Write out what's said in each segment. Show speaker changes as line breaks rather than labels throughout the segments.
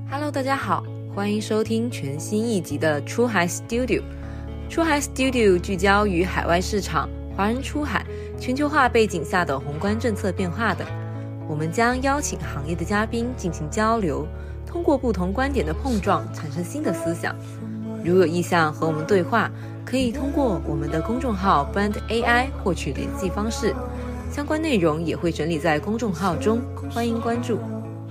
Hello， 大家好，欢迎收听全新一集的出海 Studio。出海 Studio 聚焦于海外市场、华人出海、全球化背景下的宏观政策变化等。我们将邀请行业的嘉宾进行交流，通过不同观点的碰撞，产生新的思想。如有意向和我们对话，可以通过我们的公众号 Brand AI 获取联系方式，相关内容也会整理在公众号中，欢迎关注。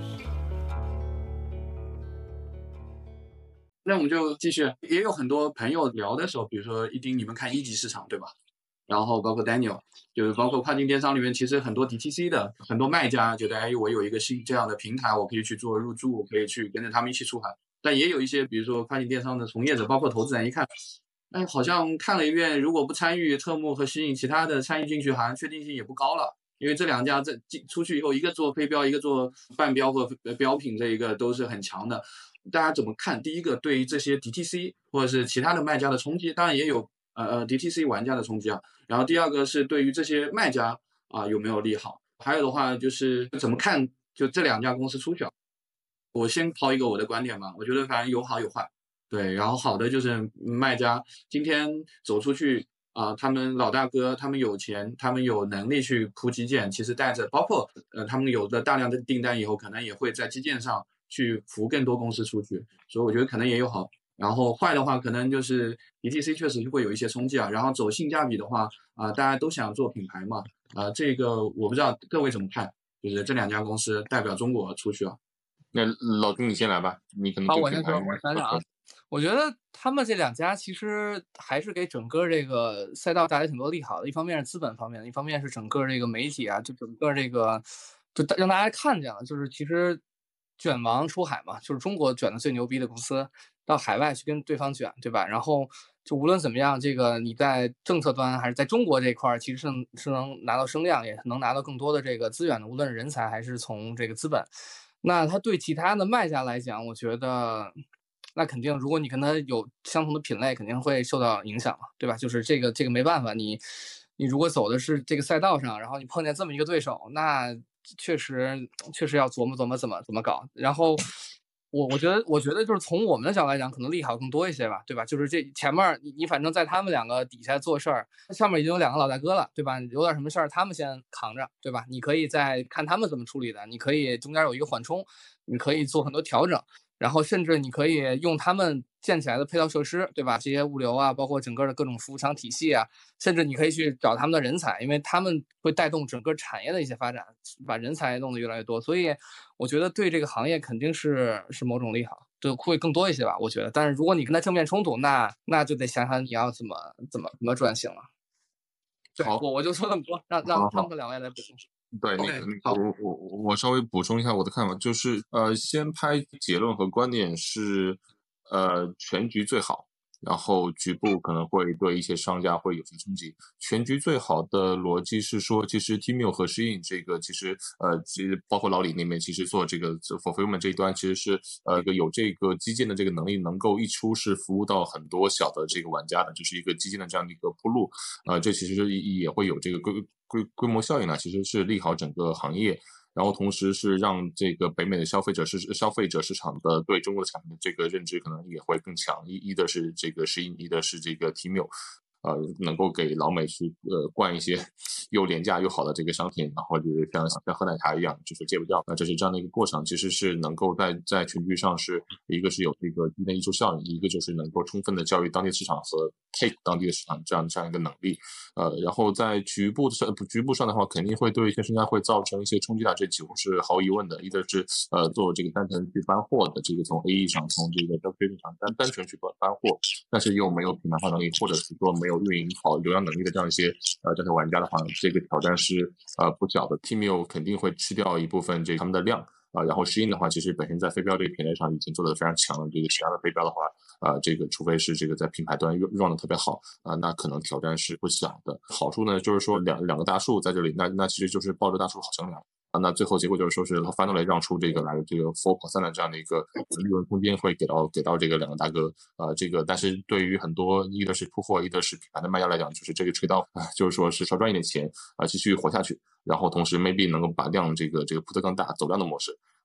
那我们就继续，也有很多朋友聊的时候，比如说一丁，你们看一级市场对吧？然后包括 Daniel， 就是包括跨境电商里面，其实很多 DTC 的很多卖家觉得，我有一个新这样的平台，我可以去做入驻，我可以去跟着他们一起出海。但也有一些，比如说跨境电商的从业者，包括投资人，一看，好像看了一遍，如果不参与特目和吸引其他的参与进去，好像确定性也不高了。因为这两家出去以后，一个做非标，一个做半标或标品，这一个都是很强的。大家怎么看？第一个，对于这些 DTC 或者是其他的卖家的冲击，当然也有DTC 玩家的冲击啊。然后第二个是对于这些卖家有没有利好？还有的话就是怎么看就这两家公司出去啊？我先抛一个我的观点吧，我觉得反正有好有坏。对，然后好的就是卖家今天走出去他们老大哥，他们有钱，他们有能力去铺基建，其实带着包括他们有了大量的订单以后，可能也会在基建上去扶更多公司出去，所以我觉得可能也有好。然后坏的话，可能就是 DTC 确实会有一些冲击啊。然后走性价比的话大家都想做品牌嘛这个我不知道各位怎么看，就是这两家公司代表中国出去啊。
那老丁你先来吧，你可能
我先说，我想想啊，我觉得他们这两家其实还是给整个这个赛道带来挺多利好的。一方面是资本方面的，一方面是整个这个媒体就整个这个就让大家看见了，就是其实卷王出海嘛，就是中国卷的最牛逼的公司到海外去跟对方卷，对吧？然后就无论怎么样，这个你在政策端还是在中国这块，其实是能拿到声量，也能拿到更多的这个资源的，无论是人才还是从这个资本。那他对其他的卖家来讲，我觉得那肯定，如果你跟他有相同的品类，肯定会受到影响嘛，对吧？就是这个没办法，你如果走的是这个赛道上，然后你碰见这么一个对手，那确实要琢磨怎么搞。然后我觉得就是从我们的角度来讲，可能利好更多一些吧，对吧？就是这前面你反正在他们两个底下做事儿，上面已经有两个老大哥了，对吧？有点什么事儿他们先扛着，对吧？你可以再看他们怎么处理的，你可以中间有一个缓冲，你可以做很多调整，然后甚至你可以用他们建起来的配套设施，对吧？这些物流包括整个的各种服务商体系甚至你可以去找他们的人才，因为他们会带动整个产业的一些发展，把人才弄得越来越多。所以我觉得对这个行业肯定是某种利好，就会更多一些吧，我觉得。但是如果你跟他正面冲突，那就得想想你要怎么转型了。对，我就说这么多，让他们两位来补充。
对，我稍微补充一下我的看法，就是先拍结论和观点是全局最好，然后局部可能会对一些商家会有些冲击。全局最好的逻辑是说，其实 Tmall 和Shein 这个其实包括老李那边，其实做这个 fulfillment 这一端，其实是有这个基建的这个能力，能够一出是服务到很多小的这个玩家的，就是一个基建的这样的一个铺路。这其实也会有这个规模效应呢，其实是利好整个行业。然后同时是让这个北美的消费者市场的对中国的产品的这个认知可能也会更强。一的是这个Shein，一的是这个 Tmall，能够给老美去灌一些又廉价又好的这个商品，然后就是像喝奶茶一样，就是戒不掉。这是这样的一个过程，其实是能够在全局上是一个是有这个积累溢出效应，一个就是能够充分的教育当地市场和 take 当地的市场这样一个能力。然后在局部上的话，肯定会对一些商家会造成一些冲击的，这几乎是毫无疑问的。一个是做这个单纯去搬货的，这个从 AE 上从这个消费上单纯去搬货，但是又没有品牌化能力，或者是说没有运营好流量能力的这样一些这些玩家的话，这个挑战是不小的。Tmall 肯定会吃掉一部分他们的量。然后Shein的话，其实本身在非标这个品类上已经做得非常强了。这个其他的非标的话，这个除非是这个在品牌端用的特别好那可能挑战是不小的。好处呢，就是说两个大树在这里，那其实就是抱着大树好乘凉。那最后结果就是说是 finally 让出这个来这个 4% 的这样的一个利润空间会给到这个两个大哥但是对于很多一的是铺货一的是品牌的卖家来讲，就是这个trade off就是说是少赚一点钱继续活下去，然后同时 maybe 能够把量这个铺得更大，走量的模式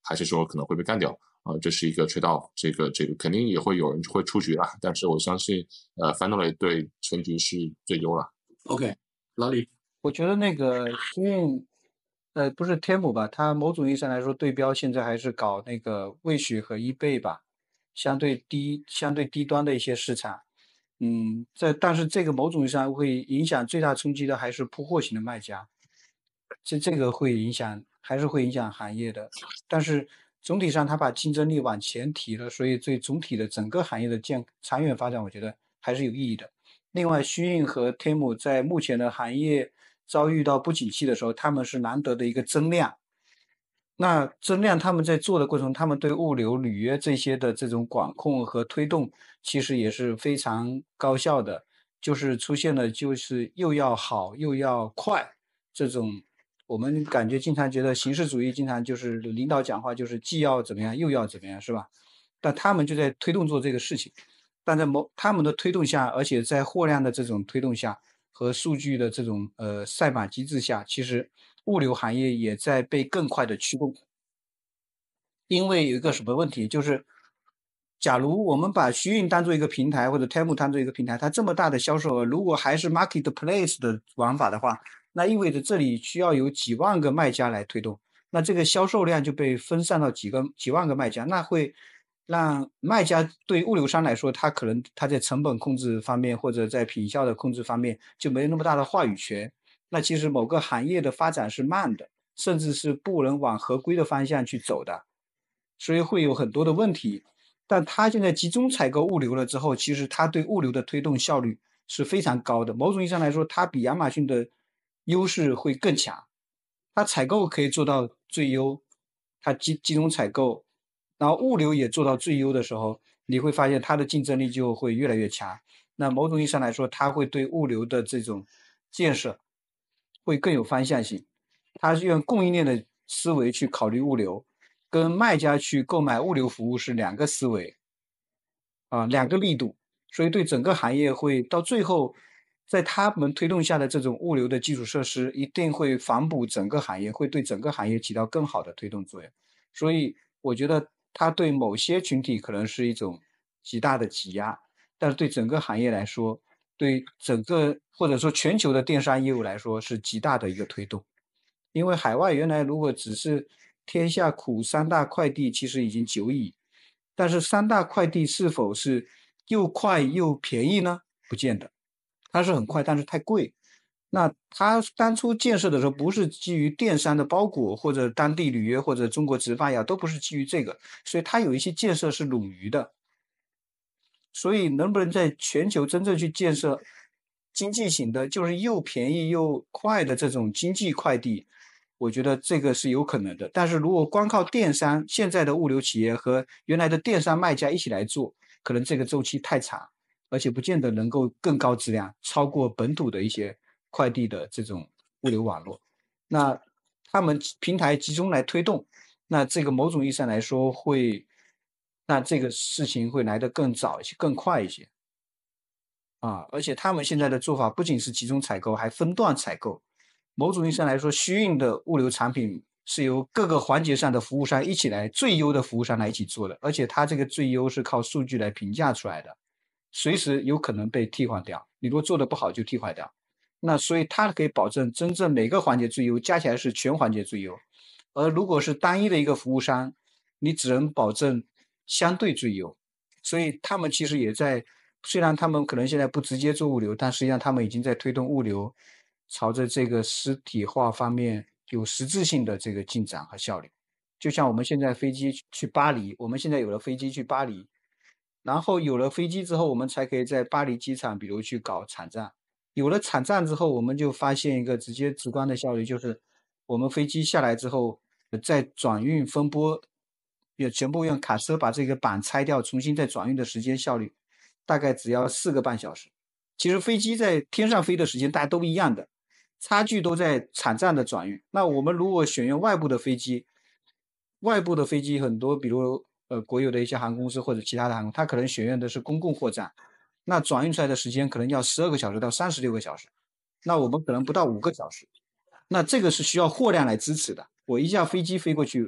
还是说可能会被干掉？这是一个trade off，这个肯定也会有人会出局了，但是我相信Fandolay 对全局是最优了。
OK， 老李，
我觉得那个幸运，不是天母吧，它某种意义上来说对标现在还是搞那个Wish和eBay吧，相对低端的一些市场。但是这个某种意义上会影响最大冲击的还是铺货型的卖家，这个还是会影响行业的。但是总体上它把竞争力往前提了，所以对总体的整个行业的长远发展，我觉得还是有意义的。另外，虚印和天母在目前的行业遭遇到不景气的时候，他们是难得的一个增量。那增量他们在做的过程中，他们对物流、履约这些的这种管控和推动，其实也是非常高效的。就是出现了就是又要好又要快这种，我们感觉经常觉得形式主义经常就是领导讲话就是既要怎么样又要怎么样，是吧？但他们就在推动做这个事情。但在他们的推动下，而且在货量的这种推动下和数据的这种赛马机制下，其实物流行业也在被更快的驱动。因为有一个什么问题，就是假如我们把虚运当做一个平台，或者 Temu 当做一个平台，它这么大的销售额，如果还是 marketplace 的玩法的话，那意味着这里需要有几万个卖家来推动，那这个销售量就被分散到几万个卖家，那会让卖家对物流商来说，他可能他在成本控制方面或者在品效的控制方面就没那么大的话语权。那其实某个行业的发展是慢的，甚至是不能往合规的方向去走的，所以会有很多的问题。但他现在集中采购物流了之后，其实他对物流的推动效率是非常高的。某种意义上来说，他比亚马逊的优势会更强。他采购可以做到最优，他集中采购，然后物流也做到最优的时候，你会发现它的竞争力就会越来越强。那某种意义上来说，它会对物流的这种建设会更有方向性。它是用供应链的思维去考虑物流，跟卖家去购买物流服务是两个思维，两个力度。所以对整个行业会到最后，在他们推动下的这种物流的基础设施一定会反哺整个行业，会对整个行业起到更好的推动作用。所以我觉得它对某些群体可能是一种极大的挤压，但是对整个行业来说，对整个或者说全球的电商业务来说是极大的一个推动。因为海外原来如果只是天下苦三大快递其实已经久矣，但是三大快递是否是又快又便宜呢？不见得，它是很快，但是太贵。那它当初建设的时候不是基于电商的包裹或者当地履约或者中国直发呀，都不是基于这个，所以它有一些建设是冗余的。所以能不能在全球真正去建设经济型的，就是又便宜又快的这种经济快递，我觉得这个是有可能的。但是如果光靠电商，现在的物流企业和原来的电商卖家一起来做，可能这个周期太长，而且不见得能够更高质量，超过本土的一些快递的这种物流网络。那他们平台集中来推动，那这个某种意义上来说那这个事情会来得更早一些，更快一些。而且他们现在的做法不仅是集中采购，还分段采购。某种意义上来说，虚运的物流产品是由各个环节上的服务商一起来，最优的服务商来一起做的，而且它这个最优是靠数据来评价出来的，随时有可能被替换掉。你如果做的不好就替换掉。那所以它可以保证真正每个环节最优，加起来是全环节最优。而如果是单一的一个服务商，你只能保证相对最优。所以他们其实也在，虽然他们可能现在不直接做物流，但实际上他们已经在推动物流朝着这个实体化方面有实质性的这个进展和效率。就像我们现在飞机去巴黎，我们现在有了飞机去巴黎，然后有了飞机之后，我们才可以在巴黎机场比如去搞场站。有了场站之后，我们就发现一个直观的效率，就是我们飞机下来之后，再转运分拨，也全部用卡车把这个板拆掉，重新再转运的时间效率大概只要4个半小时。其实飞机在天上飞的时间大家都一样的，差距都在场站的转运。那我们如果选用外部的飞机很多，比如国有的一些航空公司或者其他的航空，它可能选用的是公共货站，那转运出来的时间可能要12个小时到36个小时，那我们可能不到5个小时。那这个是需要货量来支持的。我一架飞机飞过去，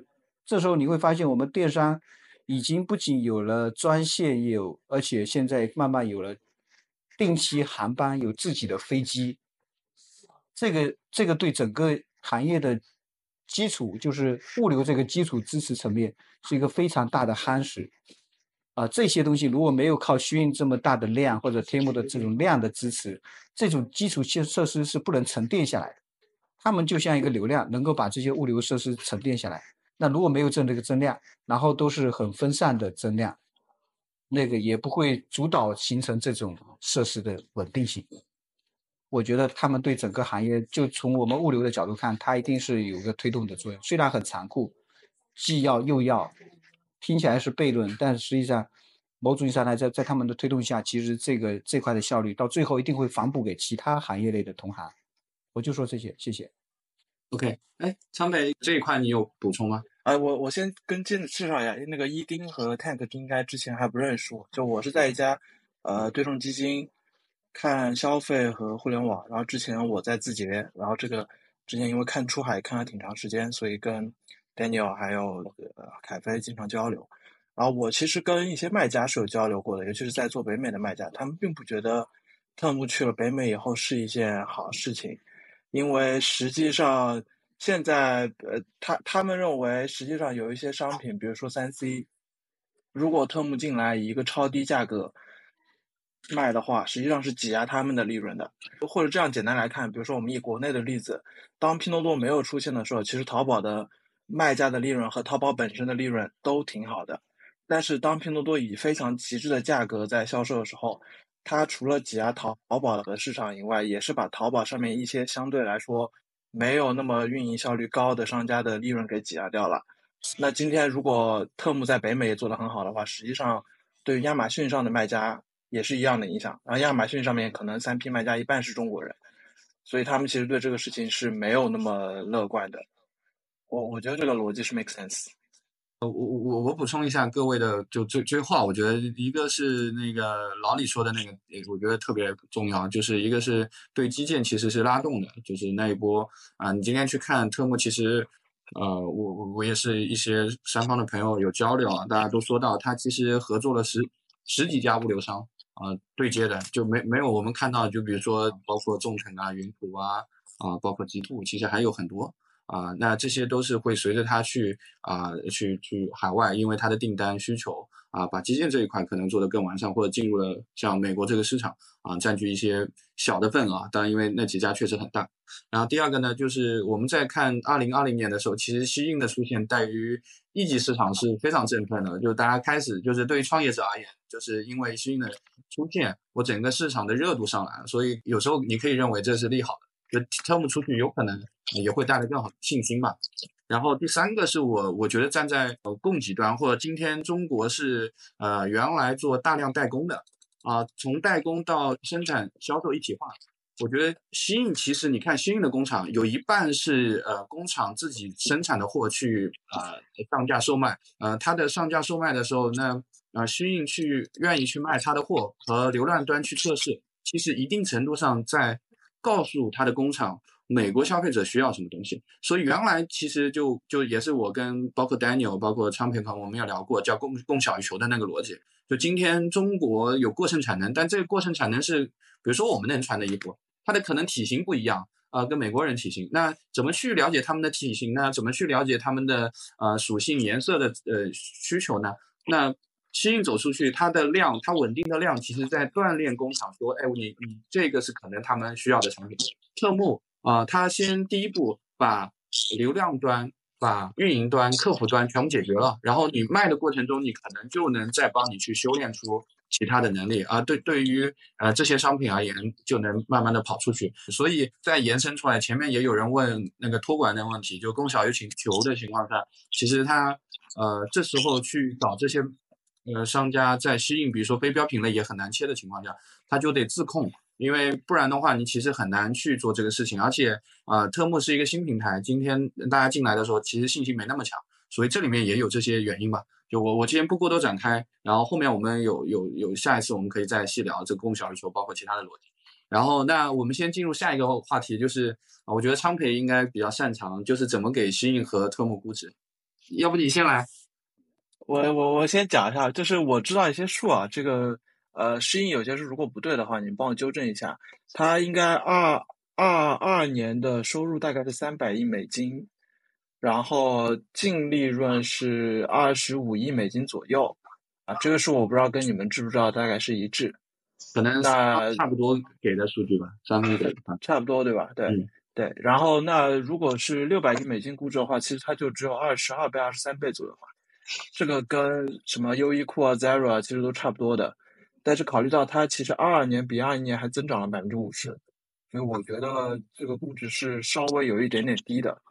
这时候你会发现，我们电商已经不仅有了专线业务，而且现在慢慢有了定期航班，有自己的飞机。这个对整个行业的基础，就是物流这个基础支持层面，是一个非常大的夯实。这些东西如果没有靠虚印这么大的量，或者天幕的这种量的支持，这种基础设施是不能沉淀下来的。他们就像一个流量，能够把这些物流设施沉淀下来。那如果没有这个增量，然后都是很分散的增量，那个也不会主导形成这种设施的稳定性。我觉得他们对整个行业，就从我们物流的角度看，它一定是有个推动的作用。虽然很残酷，既要又要，听起来是悖论，但实际上某种意义上来在他们的推动下，其实这块的效率到最后一定会反哺给其他行业类的同行。我就说这些，谢谢。
OK，昌培这一块你有补充吗？
我先跟介绍一下，那个伊丁和 Tank 应该之前还不认识我，就我是在一家对冲基金看消费和互联网，然后之前我在字节，然后之前因为看出海看了挺长时间，所以跟 Daniel 还有凯飞经常交流。然后我其实跟一些卖家是有交流过的，尤其是在做北美的卖家，他们并不觉得特姆去了北美以后是一件好事情，因为实际上现在他们认为实际上有一些商品，比如说3C， 如果特姆进来以一个超低价格卖的话，实际上是挤压他们的利润的。或者这样简单来看，比如说我们以国内的例子，当拼多多没有出现的时候，其实淘宝的卖家的利润和淘宝本身的利润都挺好的。但是当拼多多以非常极致的价格在销售的时候，它除了挤压淘宝的市场以外，也是把淘宝上面一些相对来说没有那么运营效率高的商家的利润给挤压掉了。那今天如果特姆在北美也做得很好的话，实际上对于亚马逊上的卖家也是一样的影响。然后亚马逊上面可能3P 卖家一半是中国人，所以他们其实对这个事情是没有那么乐观的。我觉得这个逻辑是 make sense。
我补充一下各位的就这话，我觉得一个是那个老李说的那个，我觉得特别重要，就是一个是对基建其实是拉动的，就是那一波你今天去看特姆，其实我也是一些三方的朋友有交流大家都说到他其实合作了十几家物流商对接的，就没有我们看到，就比如说包括众诚云途包括极兔，其实还有很多。那这些都是会随着他去海外，因为他的订单需求把基建这一块可能做得更完善，或者进入了像美国这个市场占据一些小的份额当然因为那几家确实很大。然后第二个呢，就是我们在看2020年的时候，其实西印的出现对于一级市场是非常振奋的，就大家开始就是对于创业者而言，就是因为西印的出现，我整个市场的热度上来了，所以有时候你可以认为这是利好的。就特姆出去有可能也会带来更好的信心吧。然后第三个是我觉得站在供给端，或者今天中国是原来做大量代工的从代工到生产销售一体化。我觉得西印其实你看西印的工厂有一半是工厂自己生产的货去上架售卖，它的上架售卖的时候，那西印愿意去卖它的货和流量端去测试，其实一定程度上在告诉他的工厂美国消费者需要什么东西。所以原来其实就也是我跟包括 Daniel 包括昌平我们有聊过叫供小于求的那个逻辑。就今天中国有过剩产能，但这个过剩产能是比如说我们能穿的衣服，它的可能体型不一样跟美国人体型，那怎么去了解他们的体型呢？怎么去了解他们的属性颜色的需求呢？那西印走出去，它的量，它稳定的量，其实在锻炼工厂说，你这个是可能他们需要的产品。特姆它先第一步把流量端、把运营端、客服端全部解决了，然后你卖的过程中，你可能就能再帮你去修炼出其他的能力对于这些商品而言，就能慢慢的跑出去。所以再延伸出来，前面也有人问那个托管的问题，就供小于求的情况下，其实它这时候去找这些商家在西印，比如说非标品类也很难切的情况下，他就得自控，因为不然的话，你其实很难去做这个事情。而且特姆是一个新平台，今天大家进来的时候，其实信心没那么强，所以这里面也有这些原因吧。就我今天不过多展开，然后后面我们有下一次我们可以再细聊这个供小于求，包括其他的逻辑。然后那我们先进入下一个话题，就是我觉得昌培应该比较擅长，就是怎么给西印和特姆估值。 要不你先来？
我先讲一下，就是我知道一些数啊，这个适应有些数如果不对的话，你帮我纠正一下。它应该2022年的收入大概是300亿美金，然后净利润是25亿美金左右啊，这个数我不知道跟你们知不知道，大概是一致。
可能
那
差不多给的数据吧，咱们给啊，
差不多对吧？对。对，然后那如果是600亿美金估值的话，其实它就只有22倍、23倍左右嘛。这个跟什么优衣库啊、Zara 啊，其实都差不多的。但是考虑到它其实22年比21年还增长了50%，所以我觉得这个估值是稍微有一点点低的。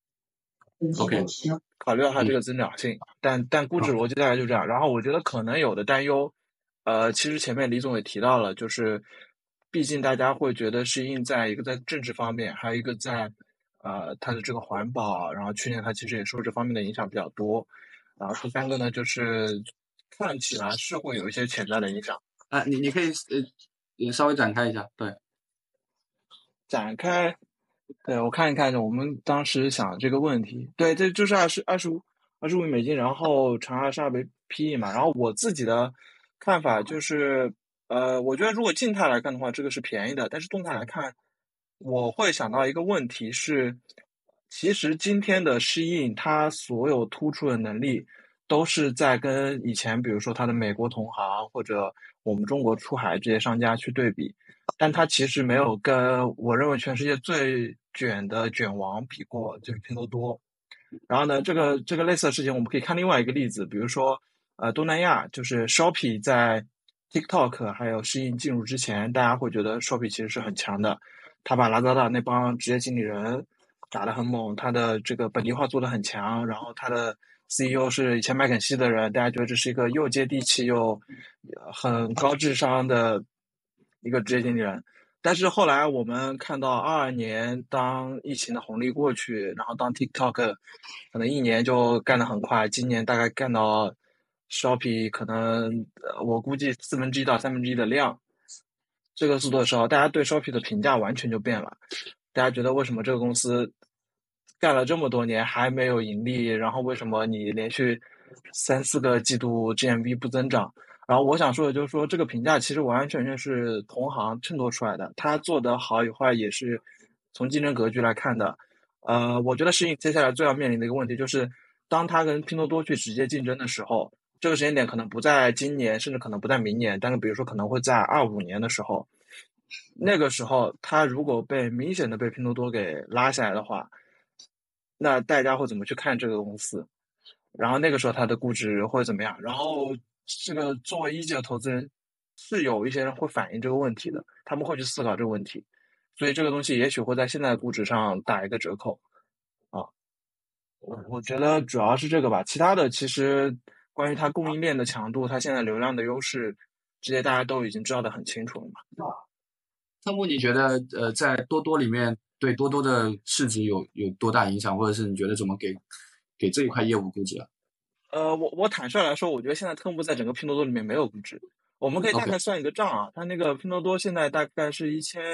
OK，
考虑到它这个增长性，但估值逻辑大概就这样。然后我觉得可能有的担忧，其实前面李总也提到了，就是毕竟大家会觉得适应在一个在政治方面，还有一个在它的这个环保，然后去年它其实也受这方面的影响比较多。然后第三个呢，就是看起来是会有一些潜在的影响。
你可以也稍微展开一下，对，
展开。对，我看一看我们当时想这个问题，对，这就是25亿美金，然后乘22倍 PE 嘛。然后我自己的看法就是，我觉得如果静态来看的话，这个是便宜的，但是动态来看，我会想到一个问题是，其实今天的适应它所有突出的能力，都是在跟以前比如说它的美国同行或者我们中国出海这些商家去对比。但它其实没有跟我认为全世界最卷的卷王比过，就是拼多多。然后呢，这个类似的事情，我们可以看另外一个例子，比如说东南亚，就是 Shopee 在 TikTok 还有适应进入之前，大家会觉得 Shopee 其实是很强的，他把 Lazada 那帮职业经理人打得很猛，他的这个本地化做得很强，然后他的 CEO 是以前麦肯锡的人，大家觉得这是一个又接地气又很高智商的一个职业经理人。但是后来我们看到22年，当疫情的红利过去，然后当 TikTok 可能1年就干得很快，今年大概干到 Shopee 可能我估计1/4到1/3的量，这个速度的时候，大家对 Shopee 的评价完全就变了。大家觉得为什么这个公司干了这么多年还没有盈利，然后为什么你连续3、4个季度 GMV 不增长？然后我想说的就是说，这个评价其实完完全全是同行衬托出来的，他做得好与坏也是从竞争格局来看的。我觉得适应接下来最要面临的一个问题就是，当他跟拼多多去直接竞争的时候，这个时间点可能不在今年，甚至可能不在明年，但是比如说可能会在25年的时候，那个时候他如果被明显的被拼多多给拉下来的话，那大家会怎么去看这个公司？然后那个时候它的估值会怎么样？然后这个作为一级的投资人，是有一些人会反映这个问题的，他们会去思考这个问题，所以这个东西也许会在现在的估值上打一个折扣啊。我觉得主要是这个吧，其他的其实关于它供应链的强度，它现在流量的优势，这些大家都已经知道的很清楚了嘛。
特木，你觉得在多多里面对多多的市值有多大影响，或者是你觉得怎么给这一块业务估值啊？
我坦率来说，我觉得现在特木在整个拼多多里面没有估值。我们可以大概算一个账啊，它那个拼多多现在大概是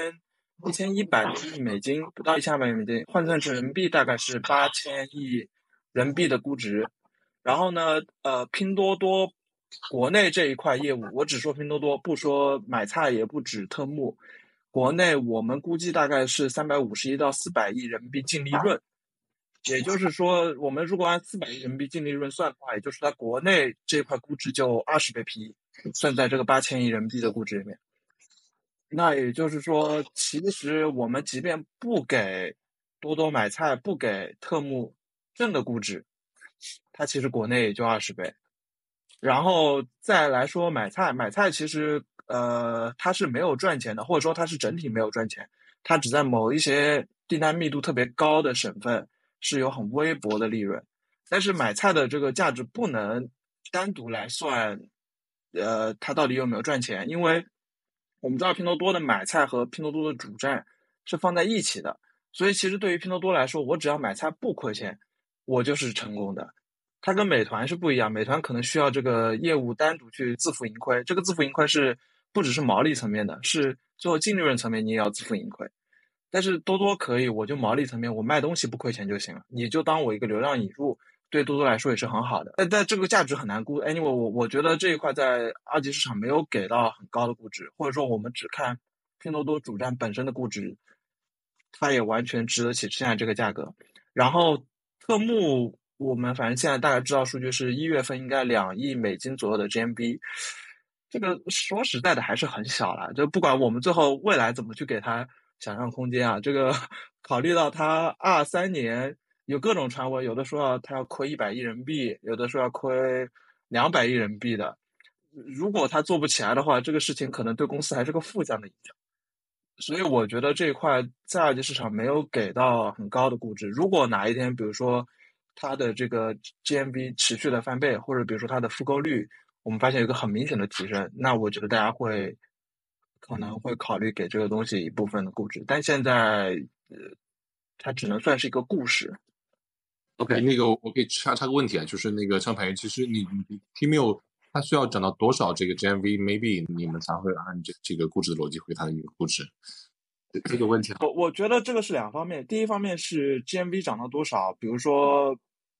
1100亿美金，不到1200亿美金，换算成人民币大概是8000亿人民币的估值。然后呢，拼多多国内这一块业务，我只说拼多多，不说买菜，也不止特木。国内我们估计大概是350亿到400亿人民币净利润。也就是说，我们如果按400亿人民币净利润算的话，也就是它国内这块估值就20倍 PE，算在这个8000亿人民币的估值里面。那也就是说，其实我们即便不给多多买菜，不给特木正的估值，它其实国内也就20倍。然后再来说买菜其实它是没有赚钱的，或者说它是整体没有赚钱，它只在某一些订单密度特别高的省份是有很微薄的利润。但是买菜的这个价值不能单独来算，它到底有没有赚钱？因为我们知道拼多多的买菜和拼多多的主站是放在一起的，所以其实对于拼多多来说，我只要买菜不亏钱，我就是成功的。它跟美团是不一样，美团可能需要这个业务单独去自负盈亏，这个自负盈亏是不只是毛利层面的，是最后净利润层面你也要自负盈亏。但是多多可以，我就毛利层面我卖东西不亏钱就行了，你就当我一个流量引入， 对多多来说也是很好的。但这个价值很难估。Anyway，我觉得这一块在二级市场没有给到很高的估值，或者说我们只看拼多多主站本身的估值，它也完全值得起现在这个价格。然后特目我们反正现在大概知道数据是1月份应该2亿美金左右的 GMV， 这个说实在的还是很小了。就不管我们最后未来怎么去给它想象空间啊，这个考虑到它23年有各种传闻，有的说它要亏100亿人民币，有的说要亏200亿人民币的。如果它做不起来的话，这个事情可能对公司还是个负向的影响。所以我觉得这一块在二级市场没有给到很高的估值。如果哪一天，比如说它的这个 GMV 持续的翻倍，或者比如说它的复购率，我们发现有一个很明显的提升，那我觉得大家可能会考虑给这个东西一部分的估值。但现在它只能算是一个故事。
OK，
那个我可以插个问题啊，就是那个张培，其实你 Tmall 它需要涨到多少这个 GMV，maybe 你们才会按这个估值的逻辑回它的一个估值？
这个问题
我觉得这个是2方面。第一方面是 GMV 涨到多少，比如说，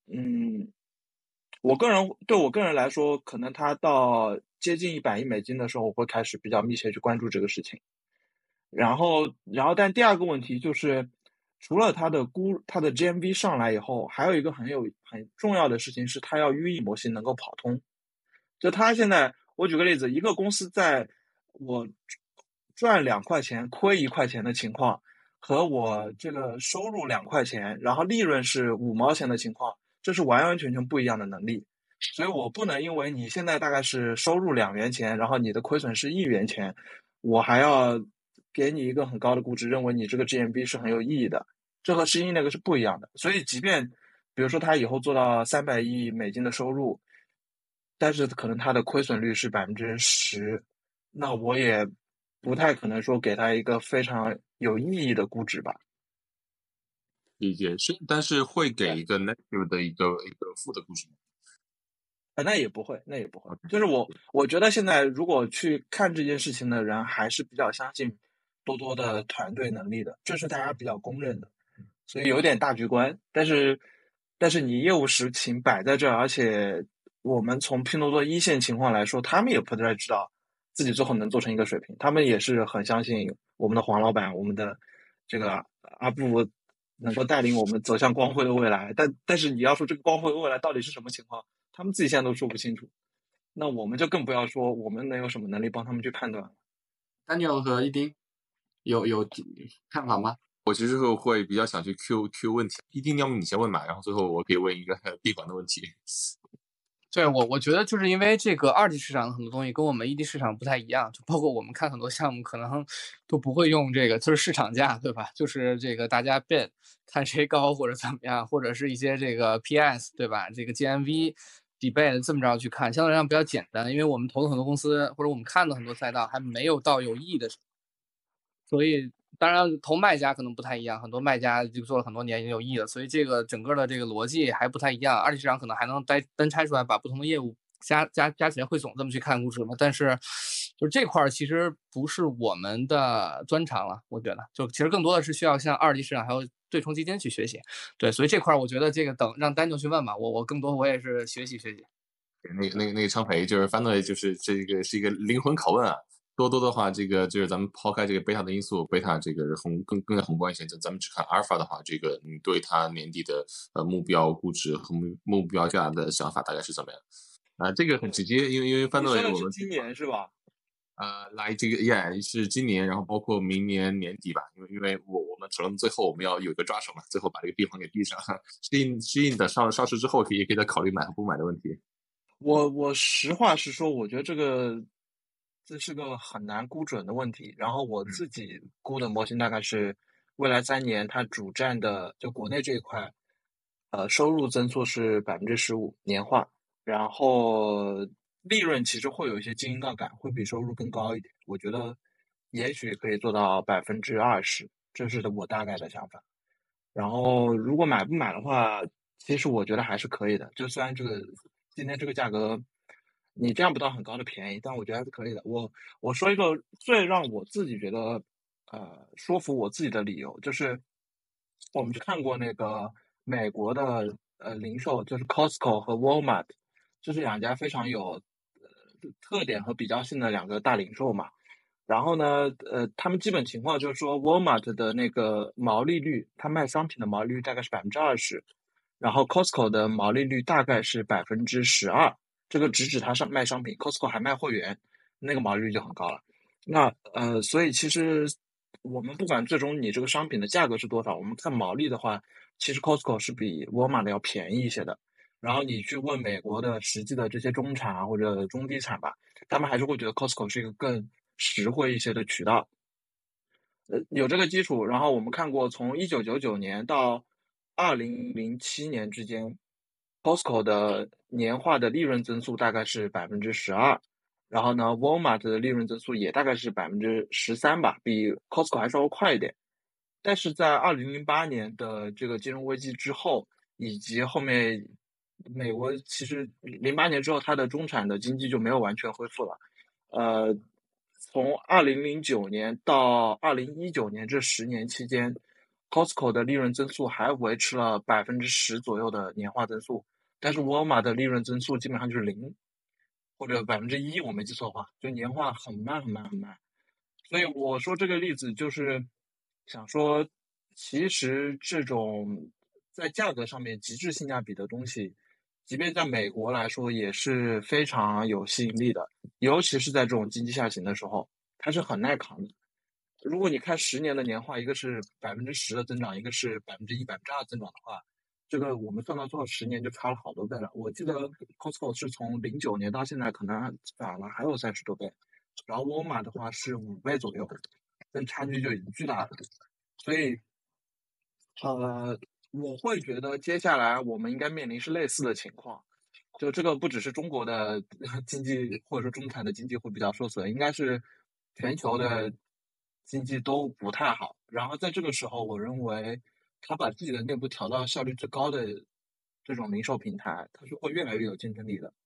对我个人来说，可能它到接近100亿美金的时候，我会开始比较密切去关注这个事情。然后，但第二个问题就是，除了它的 GMV 上来以后，还有一个很重要的事情是，它要寓意模型能够跑通。就它现在，我举个例子，一个公司在我赚2块钱亏1块钱的情况，和我这个收入2块钱，然后利润是5毛钱的情况，这是完完全全不一样的能力。所以我不能因为你现在大概是收入2元钱，然后你的亏损是1元钱，我还要给你一个很高的估值，认为你这个 GMV 是很有意义的。这和世英那个是不一样的。所以即便比如说他以后做到300亿美金的收入，但是可能他的亏损率是10%，那我也不太可能说给他一个非常有意义的估值吧。
理解是，但是会给一个 negative 的一个负的估值吗？
那也不会。就是我觉得现在如果去看这件事情的人，还是比较相信多多的团队能力的，这是大家比较公认的。所以有点大局观，但是你业务实情摆在这儿，而且我们从拼多多一线情况来说，他们也不太知道自己最后能做成一个水平，他们也是很相信我们的黄老板，我们的这个阿布能够带领我们走向光辉的未来。但是你要说这个光辉的未来到底是什么情况，他们自己现在都说不清楚，那我们就更不要说我们能有什么能力帮他们去判断了。
Daniel 和一丁有看法吗？
我其实会比较想去 Q 问题，一定要你先问嘛，然后最后我可以问一个闭环的问题。
对，我觉得就是因为这个二级市场的很多东西跟我们一级市场不太一样，就包括我们看很多项目可能都不会用这个，就是市场价，对吧？就是这个大家 bid 看谁高或者怎么样，或者是一些这个 PS， 对吧？这个 GMV debate 这么着去看，相对来讲比较简单，因为我们投的很多公司或者我们看的很多赛道还没有到有意义的，所以当然投卖家可能不太一样，很多卖家就做了很多年已经有意义了，所以这个整个的这个逻辑还不太一样。二级市场可能还能单拆出来，把不同的业务加起来汇总这么去看估值嘛。但是就是这块其实不是我们的专长了，我觉得就其实更多的是需要向二级市场还有对冲基金去学习。对，所以这块我觉得这个等让Daniel去问吧，我更多我也是学习。
那个昌培就是翻对，就是这个是一个灵魂拷问啊。多的话，这个就是咱们抛开这个贝塔的因素，贝塔这个更加宏观一些，咱们只看阿尔法的话，这个你对它年底的目标估值和目标价的想法大概是怎么样？这个很直接，因为翻对我们
今年是吧？
来这个是今年，然后包括明年年底吧，因为我们讨论最后我们要有一个抓手嘛，最后把这个闭环给闭上。适应的上市之后，也可以再考虑买和不买的问题。
我实话实说，我觉得这是个很难估准的问题。然后我自己估的模型大概是未来3年它主站的就国内这一块，收入增速是15%年化，然后利润其实会有一些经营杠杆，会比收入更高一点。我觉得也许可以做到20%，这是我大概的想法。然后如果买不买的话，其实我觉得还是可以的。就虽然今天这个价格你占不到很高的便宜，但我觉得还是可以的。我说一个最让我自己觉得说服我自己的理由，就是我们去看过那个美国的零售，就是 Costco 和 Walmart，这是两家非常有特点和比较性的两个大零售嘛。然后呢，他们基本情况就是说，Walmart 的那个毛利率，它卖商品的毛利率大概是20%，然后 Costco 的毛利率大概是12%，这个只指它卖商品，Costco 还卖会员，那个毛利率就很高了。那所以其实我们不管最终你这个商品的价格是多少，我们看毛利的话，其实 Costco 是比 Walmart 要便宜一些的。然后你去问美国的实际的这些中产啊或者中低产吧，他们还是会觉得 Costco 是一个更实惠一些的渠道。有这个基础，然后我们看过从1999年到2007年之间 ，Costco 的年化的利润增速大概是12%，然后呢，Walmart 的利润增速也大概是13%吧，比 Costco 还稍微快一点。但是在2008年的这个金融危机之后，以及后面美国其实08年之后，它的中产的经济就没有完全恢复了。从2009年到2019年这10年期间 ，Costco 的利润增速还维持了10%左右的年化增速，但是沃尔玛的利润增速基本上就是0%或者1%，我没记错的话，就年化很慢很慢很慢。所以我说这个例子就是想说，其实这种在价格上面极致性价比的东西，即便在美国来说也是非常有吸引力的，尤其是在这种经济下行的时候，它是很耐扛的。如果你看10年的年化，一个是10%的增长，一个是1%、2%增长的话，这个我们算到最后10年就差了好多倍了。我记得 Costco 是从09年到现在可能涨了还有30多倍，然后沃尔玛的话是5倍左右，这差距就已经巨大了。所以，我会觉得接下来我们应该面临是类似的情况。就这个不只是中国的经济或者说中产的经济会比较受损，应该是全球的经济都不太好。然后在这个时候，我认为他把自己的内部调到效率最高的这种零售平台，它是会越来越有竞争力的。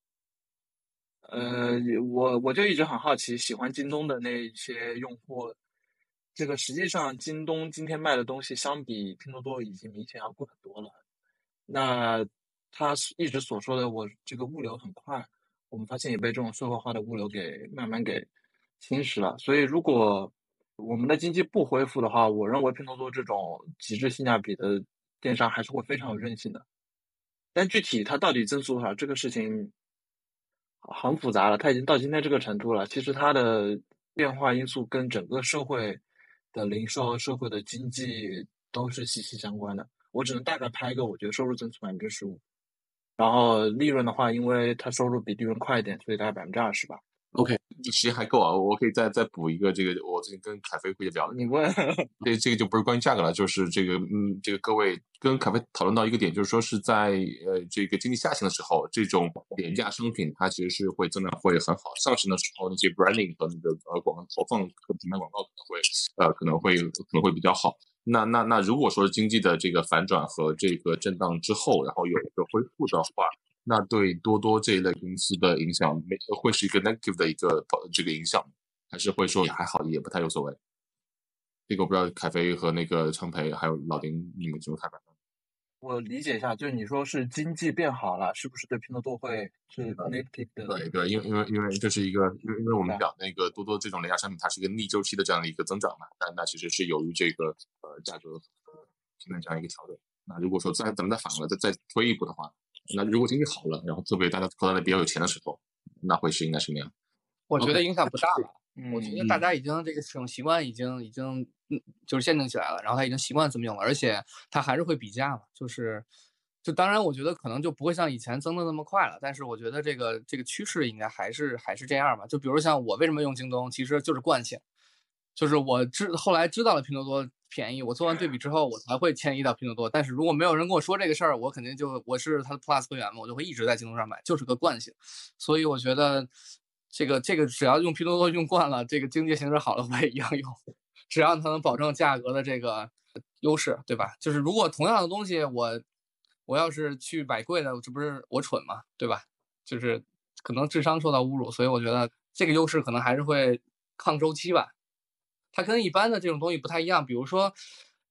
我就一直很好奇，喜欢京东的那些用户，这个实际上京东今天卖的东西相比拼多多已经明显要贵很多了。那他一直所说的我这个物流很快，我们发现也被这种社会化的物流给慢慢给侵蚀了。所以如果我们的经济不恢复的话，我认为拼多多这种极致性价比的电商还是会非常有韧性的。但具体它到底增速多少，这个事情很复杂了，它已经到今天这个程度了。其实它的变化因素跟整个社会的零售、社会的经济都是息息相关的。我只能大概拍一个，我觉得收入增速15%，然后利润的话，因为它收入比利润快一点，所以大概20%吧。
OK，
时间还够啊，我可以再补一个这个，我最近跟凯飞会聊，
你问
这个就不是关于价格了，就是这个这个各位跟凯飞讨论到一个点，就是说是在这个经济下行的时候，这种廉价商品它其实是会增长会很好，上行的时候那些 branding 和那个广告投放和品牌广告可能会比较好。那如果说经济的这个反转和这个震荡之后，然后有一个恢复的话，那对多多这一类公司的影响会是一个 negative 的一个这个影响，还是会说也还好，也不太有所谓？这个我不知道凯飞和那个常培还有老丁你们怎么看法？
我理解一下，就是你说是经济变好了，是不是对拼多多会是 negative 的？
对，因为这是一个，因为我们讲那个多多这种廉价商品，它是一个逆周期的这样的一个增长嘛，那其实是由于这个价格现在这样一个调整。那如果说咱们再反过来再推一步的话，那如果经济好了，然后特别大家口袋里比较有钱的时候，那会是应该什么样？
我觉得影响不大了。我觉得大
嗯
家已经这个使用习惯已经就是限定起来了，然后他已经习惯这么用了，而且他还是会比价嘛，就当然我觉得可能就不会像以前增的那么快了，但是我觉得这个趋势应该还是这样吧。就比如像我为什么用京东，其实就是惯性，就是我后来知道了拼多多便宜，我做完对比之后，我才会迁移到拼多多。但是如果没有人跟我说这个事儿，我肯定我是他的 Plus 会员嘛，我就会一直在京东上买，就是个惯性。所以我觉得这个只要用拼多多用惯了，这个经济形势好了我也一样用，只要它能保证价格的这个优势，对吧？就是如果同样的东西我要是去买贵的，这不是我蠢吗？对吧？就是可能智商受到侮辱，所以我觉得这个优势可能还是会抗周期吧。它跟一般的这种东西不太一样，比如说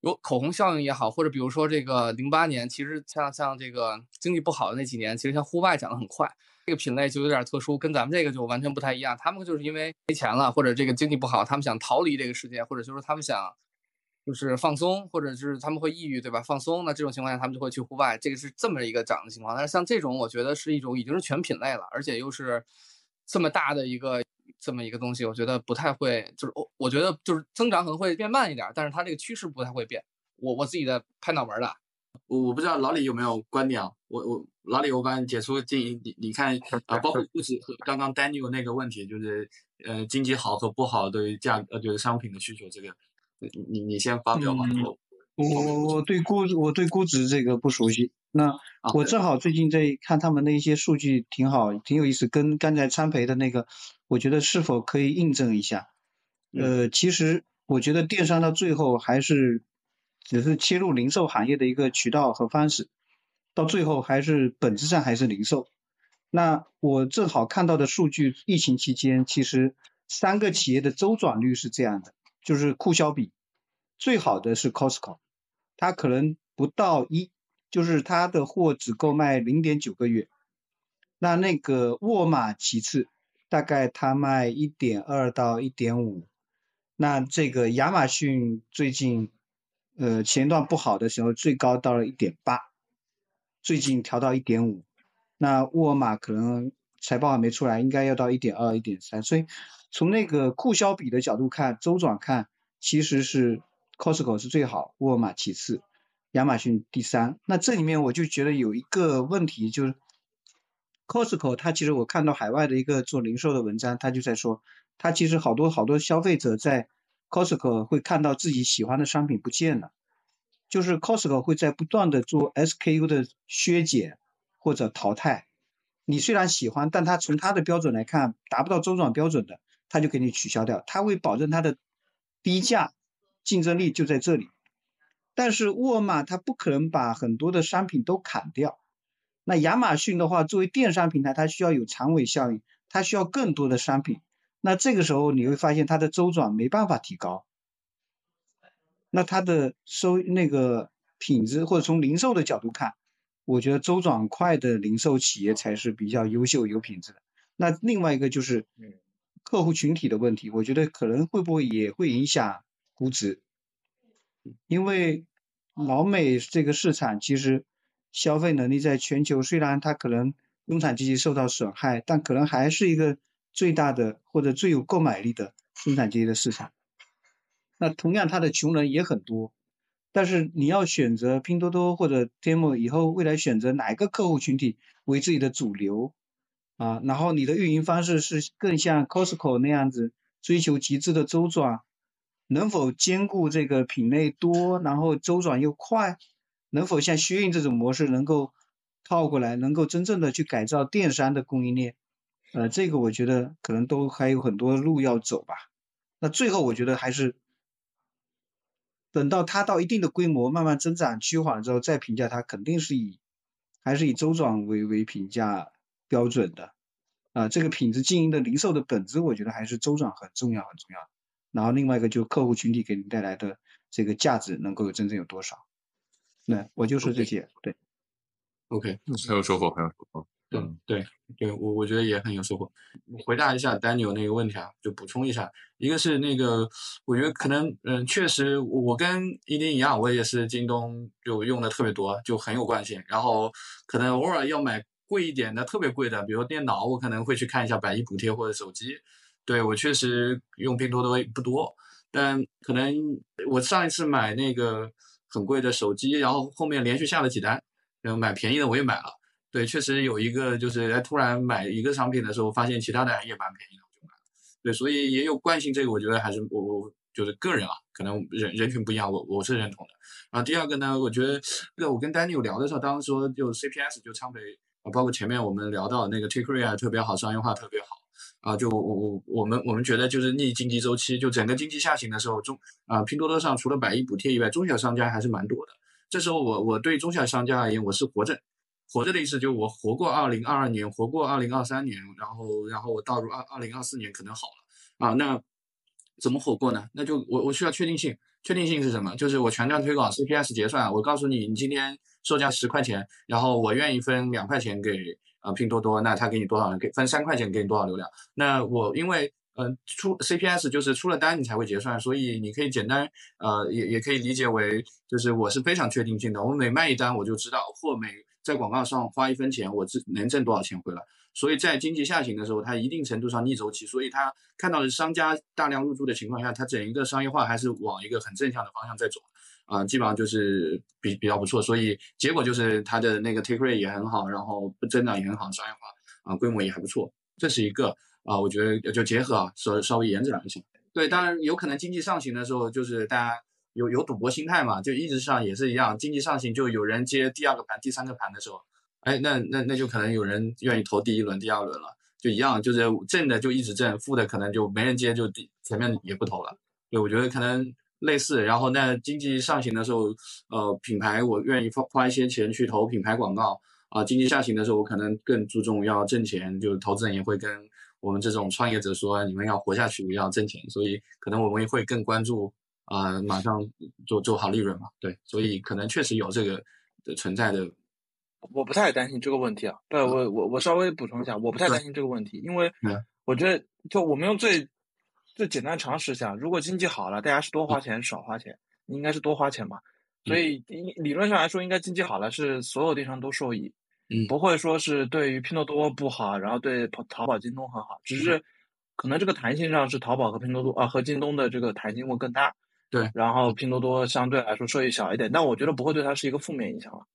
有口红效应也好，或者比如说这个08年，其实像这个经济不好的那几年，其实像户外涨得很快，这个品类就有点特殊，跟咱们这个就完全不太一样。他们就是因为没钱了，或者这个经济不好，他们想逃离这个世界，或者就是他们想就是放松，或者是他们会抑郁，对吧？放松，那这种情况下他们就会去户外，这个是这么一个涨的情况。但是像这种，我觉得是一种已经是全品类了，而且又是这么大的这么一个东西，我觉得不太会，就是我觉得就是增长可能会变慢一点，但是它这个趋势不太会变。我自己的拍脑门的。
我不知道老李有没有观点啊？老李，我帮你解出建议，你看包括不止刚刚 Daniel 那个问题，就是经济好和不好对于就是商品的需求，这个你先发表吧。
我对估值这个不熟悉。那我正好最近在看他们的一些数据，挺好，挺有意思，跟刚才参培的那个，我觉得是否可以印证一下？其实我觉得电商到最后还是只是切入零售行业的一个渠道和方式，到最后还是本质上还是零售。那我正好看到的数据，疫情期间其实3个企业的周转率是这样的，就是库销比最好的是 Costco， 它可能不到1，就是它的货只够卖 0.9 个月。那个沃尔玛其次，大概它卖 1.2 到 1.5。那这个亚马逊最近前段不好的时候最高到了 1.8， 最近调到 1.5。那沃尔玛可能财报还没出来，应该要到 1.2 1.3。所以从那个库销比的角度看，周转看，其实是 Costco 是最好，沃尔玛其次，亚马逊第3。那这里面我就觉得有一个问题，就是 Costco 它其实我看到海外的一个做零售的文章，他就在说，他其实好多消费者在 Costco 会看到自己喜欢的商品不见了，就是 Costco 会在不断的做 SKU 的削减或者淘汰。你虽然喜欢，但他从他的标准来看，达不到周转标准的，他就给你取消掉，他会保证他的低价，竞争力就在这里。但是沃尔玛它不可能把很多的商品都砍掉。那亚马逊的话，作为电商平台，它需要有长尾效应，它需要更多的商品。那这个时候你会发现它的周转没办法提高，那它的那个品质，或者从零售的角度看，我觉得周转快的零售企业才是比较优秀有品质的。那另外一个就是客户群体的问题，我觉得可能会不会也会影响估值，因为老美这个市场其实消费能力在全球虽然它可能中产阶级受到损害，但可能还是一个最大的或者最有购买力的中产阶级的市场。那同样它的穷人也很多，但是你要选择拼多多或者 Temu 以后未来选择哪一个客户群体为自己的主流啊，然后你的运营方式是更像 Costco 那样子追求极致的周转，能否兼顾这个品类多，然后周转又快，能否像虚印这种模式能够套过来，能够真正的去改造电商的供应链，这个我觉得可能都还有很多路要走吧。那最后我觉得还是等到它到一定的规模慢慢增长趋缓之后再评价它，肯定是还是以周转为评价标准的。这个品质经营的零售的本质，我觉得还是周转很重要很重要。然后另外一个就是客户群体给你带来的这个价值能够真正有多少。那我就说这些。对
OK，
很有收获，很有收获。
对，我觉得也很有收获。回答一下 Daniel 那个问题啊，就补充一下，一个是那个，我觉得可能确实我跟一丁一样，我也是京东就用的特别多，就很有惯性。然后可能偶尔要买贵一点的，特别贵的，比如电脑，我可能会去看一下100亿补贴或者手机。对，我确实用拼多多不多，但可能我上一次买那个很贵的手机，然后后面连续下了几单，然后买便宜的我也买了。对，确实有一个就是突然买一个商品的时候，发现其他的也蛮便宜的，我就买了。对，所以也有惯性，这个我觉得还是我就是个人啊，可能人群不一样，我是认同的。然后第二个呢，我觉得我跟Daniel聊的时候，当时说就 CPS 就昌培，包括前面我们聊到那个 take rate 特别好，商业化特别好啊，就我们觉得就是逆经济周期，就整个经济下行的时候，拼多多上除了100亿补贴以外，中小商家还是蛮多的。这时候我对中小商家而言，我是活着的意思就是我活过2022年，活过2023年，然后我到入2024年可能好了啊。那怎么活过呢？那就我需要确定性， 确定性是什么？就是我全站推广 CPS 结算，我告诉你，你今天售价10块钱，然后我愿意分2块钱给拼多多，那他给你多少人？给分3块钱给你多少流量？那我因为出 CPS 就是出了单你才会结算，所以你可以简单也可以理解为就是我是非常确定性的，我每卖一单我就知道，或每在广告上花1分钱我能挣多少钱回来。所以在经济下行的时候，它一定程度上逆周期，所以它看到的商家大量入驻的情况下，它整一个商业化还是往一个很正向的方向在走，基本上就是比较不错，所以结果就是它的那个 take rate 也很好，然后增长也很好，商业化规模也还不错，这是一个我觉得就结合稍微延展一下。对，当然有可能经济上行的时候，就是大家有赌博心态嘛，就一直上也是一样，经济上行就有人接第2个盘、第3个盘的时候。那就可能有人愿意投第1轮、第2轮了，就一样，就是正的就一直正，负的可能就没人接，就前面也不投了。对，我觉得可能类似。然后那经济上行的时候，品牌我愿意花一些钱去投品牌广告经济下行的时候，我可能更注重要挣钱，就投资人也会跟我们这种创业者说，你们要活下去，要挣钱，所以可能我们也会更关注马上做好利润嘛。对，所以可能确实有这个的存在的。
我不太担心这个问题啊，对，我稍微补充一下，我不太担心这个问题，因为我觉得就我们用最简单常识想，如果经济好了，大家是多花钱少花钱，应该是多花钱嘛，所以理论上来说，应该经济好了是所有电商都受益，不会说是对于拼多多不好，然后对淘宝、京东很好，只是可能这个弹性上是淘宝和拼多多和京东的这个弹性会更大，
对，
然后拼多多相对来说受益小一点，但我觉得不会对它是一个负面影响了。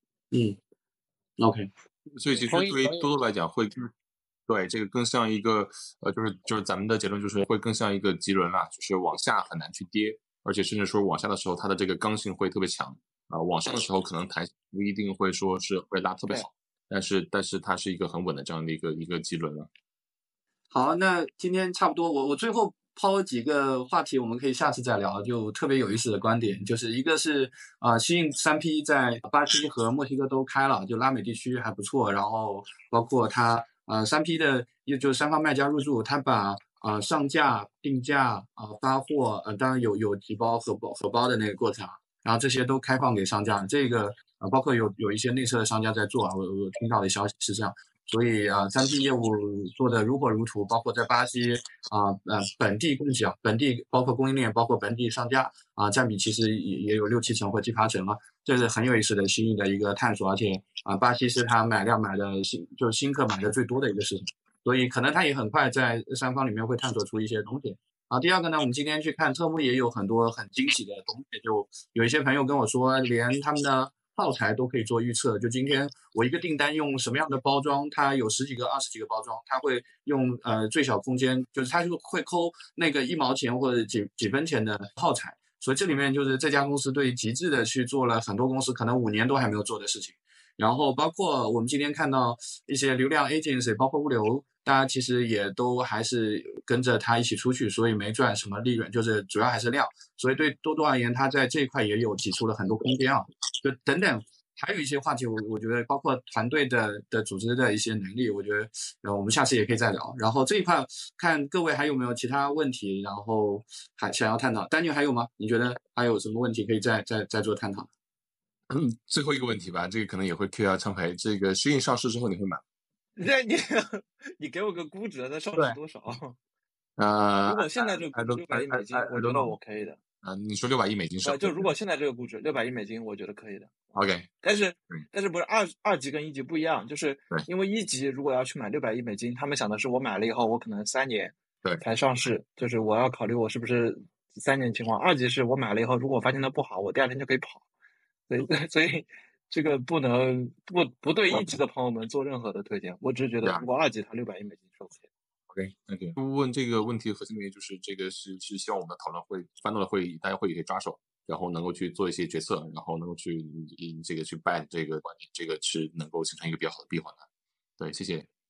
OK，
所以其实对于多多来讲会对这个更像一个就是咱们的结论就是会更像一个棘轮啦，就是往下很难去跌，而且甚至说往下的时候它的这个刚性会特别强往上的时候可能弹性不一定会说是会拉特别好，但是它是一个很稳的这样的一个棘轮了。
好，那今天差不多，我最后抛几个话题，我们可以下次再聊，就特别有意思的观点，就是一个是西印3P 在巴西和墨西哥都开了，就拉美地区还不错，然后包括它3P 的就是3方卖家入驻，它把上架、定价发货当然有提包荷包的那个过程，然后这些都开放给商家，这个包括有一些内测的商家在做我听到的消息是这样。所以3P 业务做得如火如荼，包括在巴西本地供给本地包括供应链，包括本地商家占比其实也有6-7成或7-8成了，这是很有意思的新的一个探索，而且巴西是它买的新客买的最多的一个市场，所以可能它也很快在3方里面会探索出一些东西。第二个呢，我们今天去看特目也有很多很惊喜的东西，就有一些朋友跟我说，连他们的耗材都可以做预测，就今天我一个订单用什么样的包装，它有10几个、20几个包装，它会用最小空间，就是它就会抠那个1毛钱或者几分钱的耗材，所以这里面就是这家公司对极致的去做了很多公司可能5年都还没有做的事情。然后包括我们今天看到一些流量 agency， 包括物流，大家其实也都还是跟着他一起出去，所以没赚什么利润，就是主要还是量。所以对多多而言，他在这一块也有挤出了很多空间就等等。还有一些话题我觉得包括团队的组织的一些能力，我觉得我们下次也可以再聊。然后这一块看各位还有没有其他问题，然后还想要探讨。Daniel还有吗？你觉得还有什么问题可以再做探讨？
最后一个问题吧，这个可能也会 Q 到昌培，这个适应上市之后你会买？
你给我个估值，那上市多少？如果现在这个估值600亿美金，我觉得我可以的。
你说600亿美金是？
就如果现在这个估值600亿美金，我觉得可以的。
OK，
但是不是二级跟1级不一样，就是因为1级如果要去买600亿美金，他们想的是我买了以后，我可能3年才上市，就是我要考虑我是不是3年情况。2级是我买了以后，如果我发现它不好，我第2天就可以跑。所以这个不能不对1级的朋友们做任何的推荐，我只是觉得如果2级它600亿美金是 OK 的。
OK， 问这个问题的核心原因就是这个是希望我们的讨论会翻到了会议，大家会议可以抓手，然后能够去做一些决策，然后能够去这个去 back 这个观点，这个是能够形成一个比较好的闭环的。对，谢谢。